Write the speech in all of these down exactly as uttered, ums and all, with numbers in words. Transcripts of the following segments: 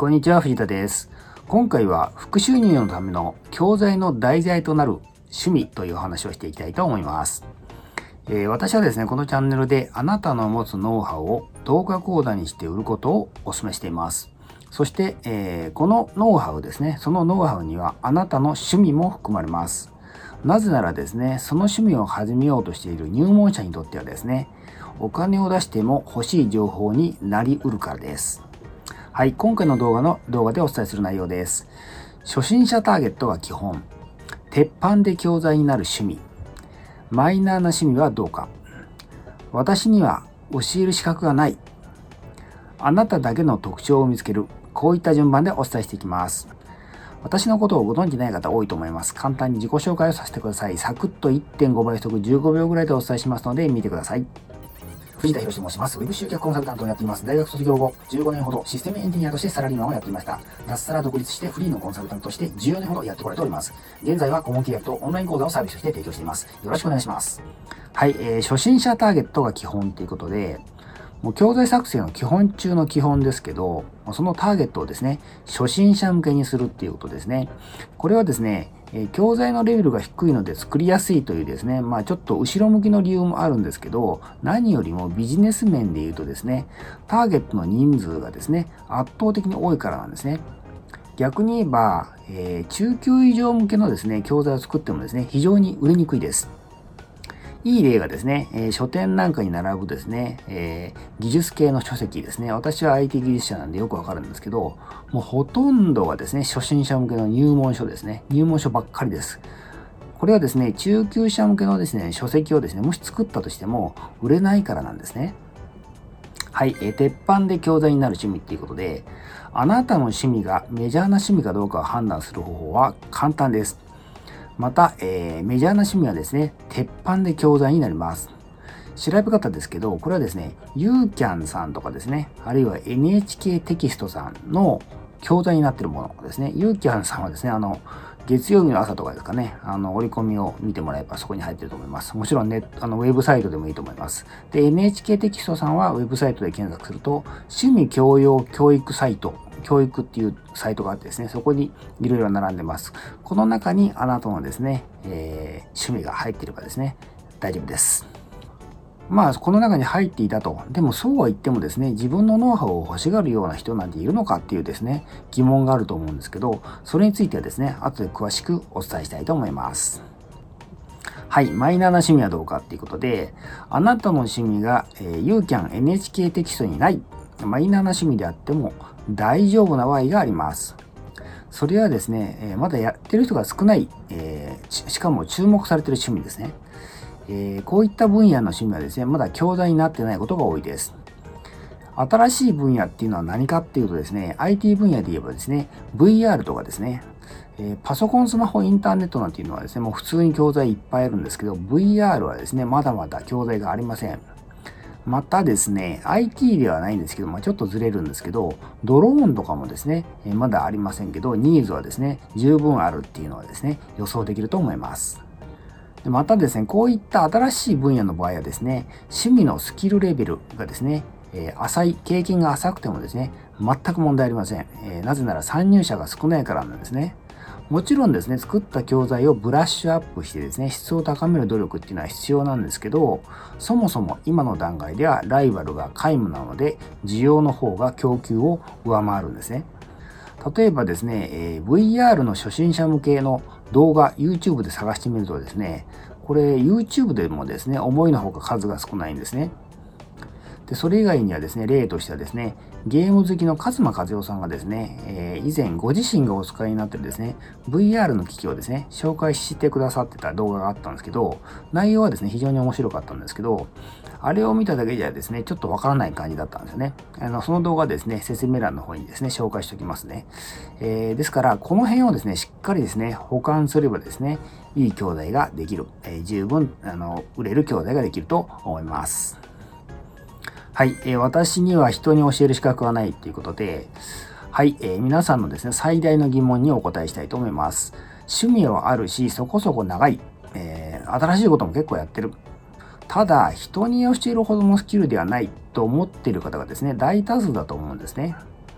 こんにちは、藤田です。今回は副収入のための教材の題材となる趣味という話をしていきたいと思います。えー、私はですね、このチャンネルであなたの持つノウハウを動画講座にして売ることをお勧めしています。そして、えー、このノウハウですね、そのノウハウにはあなたの趣味も含まれます。なぜならですね、その趣味を始めようとしている入門者にとってはですね、お金を出しても欲しい情報になり得るからです。はい、今回の動画の動画でお伝えする内容です。初心者ターゲットが基本、鉄板で教材になる趣味、マイナーな趣味はどうか、私には教える資格がない、あなただけの特徴を見つける、こういった順番でお伝えしていきます。私のことをご存知ない方多いと思います。簡単に自己紹介をさせてください。サクッと いってんご 倍速じゅうごびょうぐらいでお伝えしますので見てください。藤田博と申します。ウェブ集客コンサルタントをやっています。大学卒業後、じゅうごねんほどシステムエンジニアとしてサラリーマンをやっていました。脱サラ独立してフリーのコンサルタントとしてじゅうよねんほどやってこられております。現在は顧問契約とオンライン講座をサービスとして提供しています。よろしくお願いします。はい、えー、初心者ターゲットが基本ということで、もう教材作成の基本中の基本ですけど、そのターゲットをですね、初心者向けにするっていうことですね。これはですね、え教材のレベルが低いので作りやすいというですね、まあちょっと後ろ向きの理由もあるんですけど、何よりもビジネス面で言うとですね、ターゲットの人数がですね、圧倒的に多いからなんですね。逆に言えば、えー、中級以上向けのですね、教材を作ってもですね、非常に売れにくいです。いい例がですね、えー、書店なんかに並ぶですね、えー、技術系の書籍ですね。私は アイティー 技術者なんでよくわかるんですけど、もうほとんどがですね、初心者向けの入門書ですね。入門書ばっかりです。これはですね、中級者向けのですね、書籍をですね、もし作ったとしても売れないからなんですね。はい、えー、鉄板で教材になる趣味っていうことで、あなたの趣味がメジャーな趣味かどうかを判断する方法は簡単です。また、えー、メジャーな趣味はですね、鉄板で教材になります。調べ方ですけど、これはですね、ユーキャンさんとかですね、あるいは エヌエイチケー テキストさんの教材になっているものですね。ユーキャンさんはですね、あの、月曜日の朝とかですかね、あの、折り込みを見てもらえばそこに入っていると思います。もちろんね、あの、ウェブサイトでもいいと思います。で、エヌエイチケー テキストさんはウェブサイトで検索すると、趣味教養教育サイト、教育っていうサイトがあってですね、そこにいろいろ並んでます。この中にあなたのですね、えー、趣味が入っていればですね、大丈夫です。まあ、この中に入っていたと。でもそうは言ってもですね、自分のノウハウを欲しがるような人なんているのかっていうですね、疑問があると思うんですけど、それについてはですね、後で詳しくお伝えしたいと思います。はい、マイナーな趣味はどうかっていうことで、あなたの趣味が、えー、ユーキャン エヌエイチケー テキストにないマイナーな趣味であっても大丈夫な場合があります。それはですね、えー、まだやってる人が少ない、えー、しかも注目されている趣味ですね。えー、こういった分野の趣味はですね、まだ教材になってないことが多いです。新しい分野っていうのは何かっていうとですね、アイティー 分野で言えばですね、ブイアール とかですね、えー、パソコン、スマホ、インターネットなんていうのはですね、もう普通に教材いっぱいあるんですけど、ブイアール はですね、まだまだ教材がありません。またですね、アイティー ではないんですけど、まあ、ちょっとずれるんですけど、ドローンとかもですね、えー、まだありませんけど、ニーズはですね、十分あるっていうのはですね、予想できると思います。でまたですね、こういった新しい分野の場合はですね、趣味のスキルレベルがですね、えー、浅い、経験が浅くてもですね、全く問題ありません。えー、なぜなら参入者が少ないからなんですね。もちろんですね、作った教材をブラッシュアップしてですね、質を高める努力っていうのは必要なんですけど、そもそも今の段階ではライバルが皆無なので、需要の方が供給を上回るんですね。例えばですね、えー、ブイアール の初心者向けの動画、YouTube で探してみるとですね、これ YouTube でもですね、思いのほか数が少ないんですね。で、それ以外にはですね、例としてはですね、ゲーム好きの勝間和代さんがですね、えー、以前ご自身がお使いになってるですね、ブイアール の機器をですね、紹介してくださってた動画があったんですけど、内容はですね、非常に面白かったんですけど、あれを見ただけじゃですね、ちょっとわからない感じだったんですよね。あの、その動画ですね、説明欄の方にですね、紹介しておきますね。えー、ですから、この辺をですね、しっかりですね、保管すればですね、いい教材ができる。えー、十分、あの、売れる教材ができると思います。はい、えー、私には人に教える資格はないということで、はい、えー、皆さんのですね、最大の疑問にお答えしたいと思います。趣味はあるし、そこそこ長い。えー、新しいことも結構やってる。ただ、人に教えるほどのスキルではないと思っている方がですね、大多数だと思うんですね。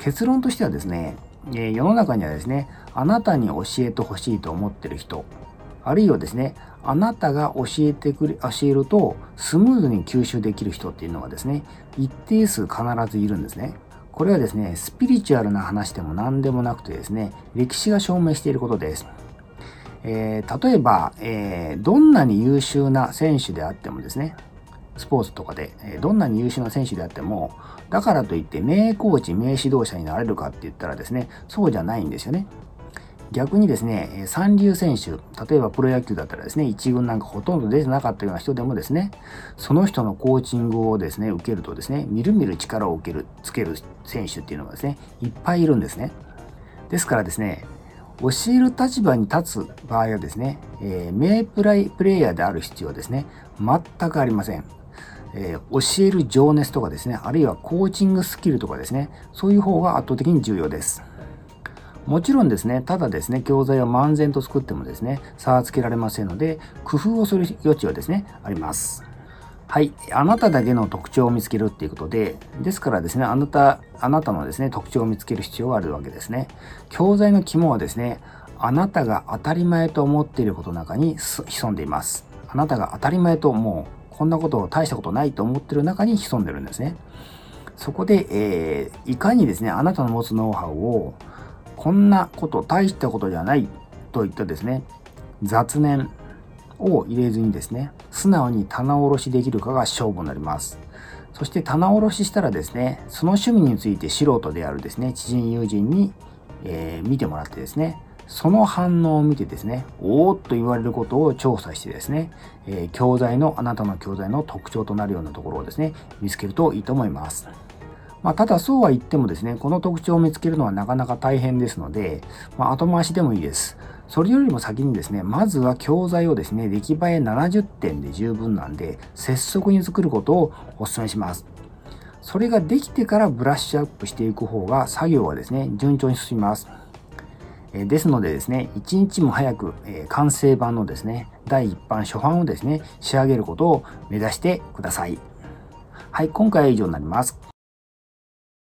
結論としてはですね、えー、世の中にはですね、あなたに教えてほしいと思っている人、あるいはですね、あなたが教えてくれ、教えるとスムーズに吸収できる人っていうのがですね、一定数必ずいるんですね。これはですね、スピリチュアルな話でも何でもなくてですね、歴史が証明していることです。えー、例えば、えー、どんなに優秀な選手であってもですね、スポーツとかで、えー、どんなに優秀な選手であっても、だからといって名コーチ、名指導者になれるかって言ったらですね、そうじゃないんですよね。逆にですね、三流選手、例えばプロ野球だったらですね、一軍なんかほとんど出てなかったような人でもですね、その人のコーチングをですね、受けるとですね、みるみる力を受ける、つける選手っていうのがですね、いっぱいいるんですね。ですからですね、教える立場に立つ場合はですね、えー、名プレイ、プレイヤーである必要はですね、全くありません。えー、教える情熱とかですね、あるいはコーチングスキルとかですね、そういう方が圧倒的に重要です。もちろんですね、ただですね、教材を漫然と作ってもですね、差はつけられませんので、工夫をする余地はですね、あります。はい。あなただけの特徴を見つけるっていうことで、ですからですね、あなた、あなたのですね、特徴を見つける必要があるわけですね。教材の肝はですね、あなたが当たり前と思っていることの中に潜んでいます。あなたが当たり前ともう、こんなことを大したことないと思っている中に潜んでるんですね。そこで、えー、いかにですね、あなたの持つノウハウを、こんなこと、大したことじゃないといったですね、雑念を入れずにですね、素直に棚卸しできるかが勝負になります。そして棚卸ししたらですね、その趣味について素人であるですね、知人友人に、えー、見てもらってですね、その反応を見てですね、おーっと言われることを調査してですね、えー、教材の、あなたの教材の特徴となるようなところをですね、見つけるといいと思います。まあ、ただそうは言ってもですね、この特徴を見つけるのはなかなか大変ですので、まあ、後回しでもいいです。それよりも先にですね、まずは教材をですね、出来栄えななじゅってんで十分なんで、拙速に作ることをお勧めします。それができてからブラッシュアップしていく方が作業はですね、順調に進みます。ですのでですね、一日も早く完成版のですね、第一版初版をですね、仕上げることを目指してください。はい、今回は以上になります。